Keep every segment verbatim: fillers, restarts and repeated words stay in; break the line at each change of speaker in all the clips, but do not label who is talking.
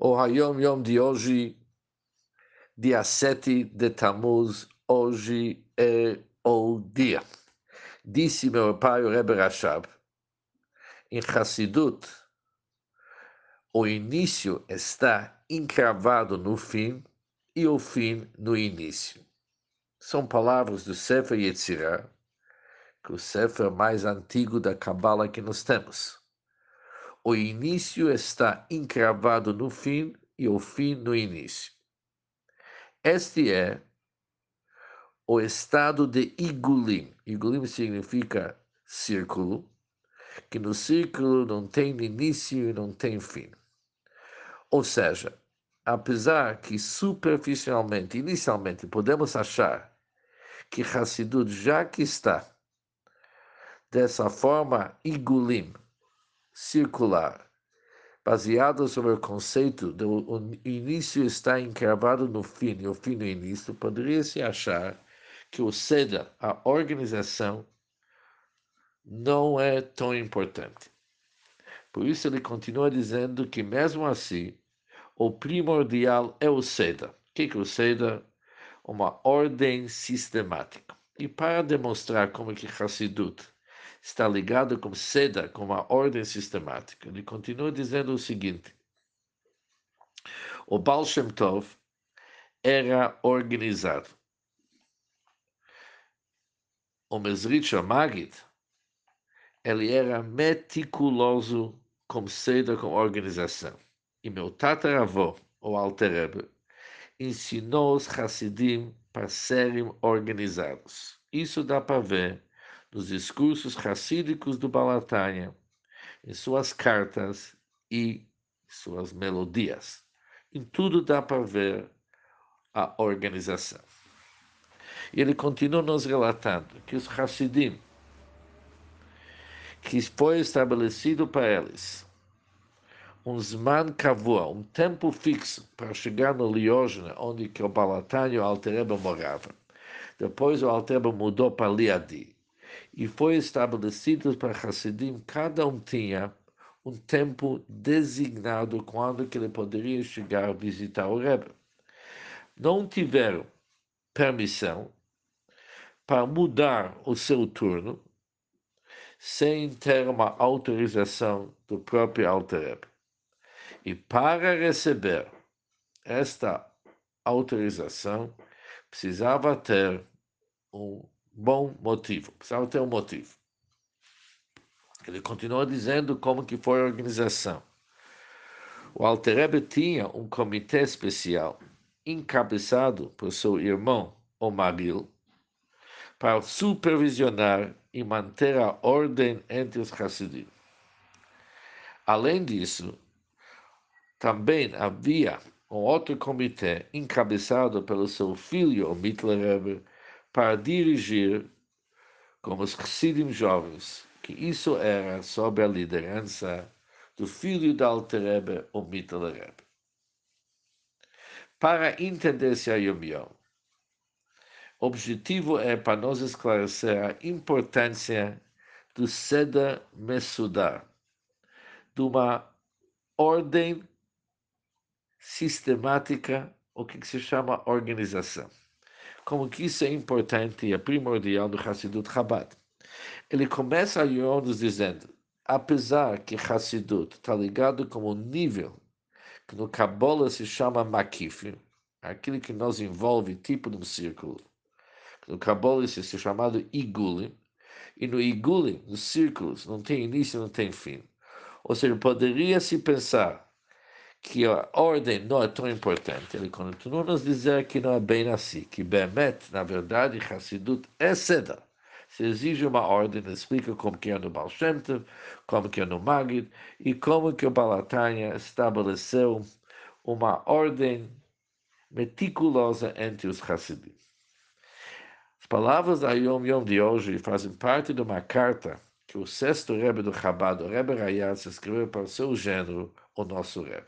O Hayom Yom de hoje, dia sete de Tammuz, hoje é o dia. Disse meu pai, o Rebbe Rashab, em Hassidut, o início está encravado no fim e o fim no início. São palavras do Sefer Yetzirah, que é o Sefer mais antigo da Kabbalah que nós temos. O início está encravado no fim e o fim no início. Este é o estado de Igulim. Igulim significa círculo, que no círculo não tem início e não tem fim. Ou seja, apesar que superficialmente, inicialmente, podemos achar que Hassidut já que está dessa forma Igulim, circular, baseado sobre o conceito do início está encravado no fim e o fim no início, poderia-se achar que o Seder, a organização, não é tão importante. Por isso ele continua dizendo que mesmo assim, o primordial é o Seder. O que é o Seder? Uma ordem sistemática. E para demonstrar como que Hassidut está ligado com Seder, com uma ordem sistemática, ele continua dizendo o seguinte: o Baal Shem Tov era organizado. O Mezritch Magid, ele era meticuloso com Seder, com organização. E meu tataravô, o Alter Rebbe, ensinou os Hassidim para serem organizados. Isso dá para ver nos discursos hassídicos do Balatanya, em suas cartas e suas melodias. Em tudo dá para ver a organização. E ele continua nos relatando que os Hassidim, que foi estabelecido para eles um Zman Kavua, um tempo fixo para chegar no Liógena, onde que o Balatanya e o Alter Rebbe moravam. Depois o Alter Rebbe mudou para Liadi. E foi estabelecido para Hassidim, cada um tinha um tempo designado quando que ele poderia chegar a visitar o Rebbe. Não tiveram permissão para mudar o seu turno sem ter uma autorização do próprio Alter Rebbe. E para receber esta autorização, precisava ter um bom motivo, precisava ter um motivo. Ele continua dizendo como que foi a organização. O Alter Rebbe tinha um comitê especial, encabeçado por seu irmão, o Maril, para supervisionar e manter a ordem entre os Hassidim. Além disso, também havia um outro comitê encabeçado pelo seu filho, o Mittler Rebbe, para dirigir como os Hassidim jovens, que isso era sob a liderança do filho da Alter Rebbe, o Mittler Rebbe. Para entender-se a Yom Yom, o objetivo é para nós esclarecer a importância do Seder Mesudar, de uma ordem sistemática, o que se chama organização. Como que isso é importante e é primordial no Hassidut Chabad. Ele começa a nos dizendo, apesar que Hassidut está ligado com um nível que no Kabbalah se chama Makif, aquilo que nos envolve tipo de um círculo, que no Kabbalah isso é chamado Igulim, e no Igulim, nos círculos, não tem início, não tem fim. Ou seja, poderia-se pensar que a ordem não é tão importante. Ele continua a nos dizer que não é bem assim, que Bemet, na verdade, Hassidut é Seder. Se exige uma ordem, ele explica como que é no Baal Shem Tov, como que é no Magid, e como que o Balatanya estabeleceu uma ordem meticulosa entre os Hassidim. As palavras da Yom Yom de hoje fazem parte de uma carta que o sexto Rebbe do Chabad, o Rebbe Rayatz, escreveu para o seu gênero, o nosso Rebbe.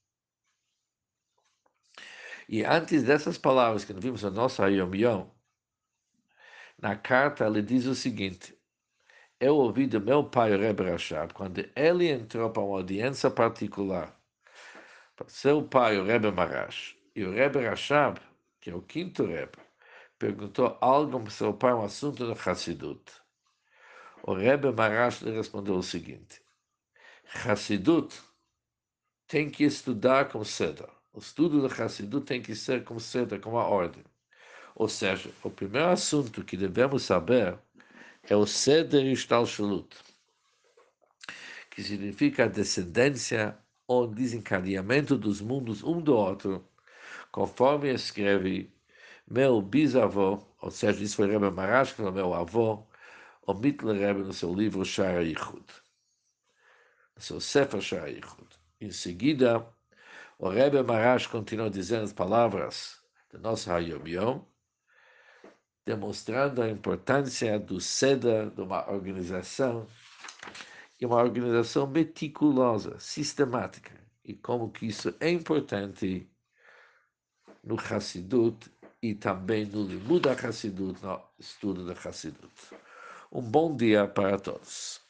E antes dessas palavras que nós vimos no nosso Yom Yom, na carta ele diz o seguinte: eu ouvi do meu pai, o Rebbe Rashab, quando ele entrou para uma audiência particular Seu pai, o Rebbe Marash, e o Rebbe Rashab, que é o quinto Rebbe, perguntou algo para seu pai, um assunto do Hassidut. O Rebbe Marash lhe respondeu o seguinte: Hassidut tem que estudar com Seder. O estudo do Hassidut tem que ser com Seder, com a ordem. Ou seja, o primeiro assunto que devemos saber é o Seder Ishtalshalut, que significa a descendência ou desencadeamento dos mundos um do outro, conforme escreve meu bisavô, ou seja, isso foi Rebbe Marash, que é meu avô, o Mittler Rebbe no seu livro Shara Yichud, no seu Sefer Shara Yichud. Em seguida, o Rebbe Marash continua dizendo as palavras do nosso Hayom Yom, demonstrando a importância do Seder, de uma organização, e uma organização meticulosa, sistemática, e como que isso é importante no Hassidut e também no Limud Hassidut, no estudo da Hassidut. Um bom dia para todos.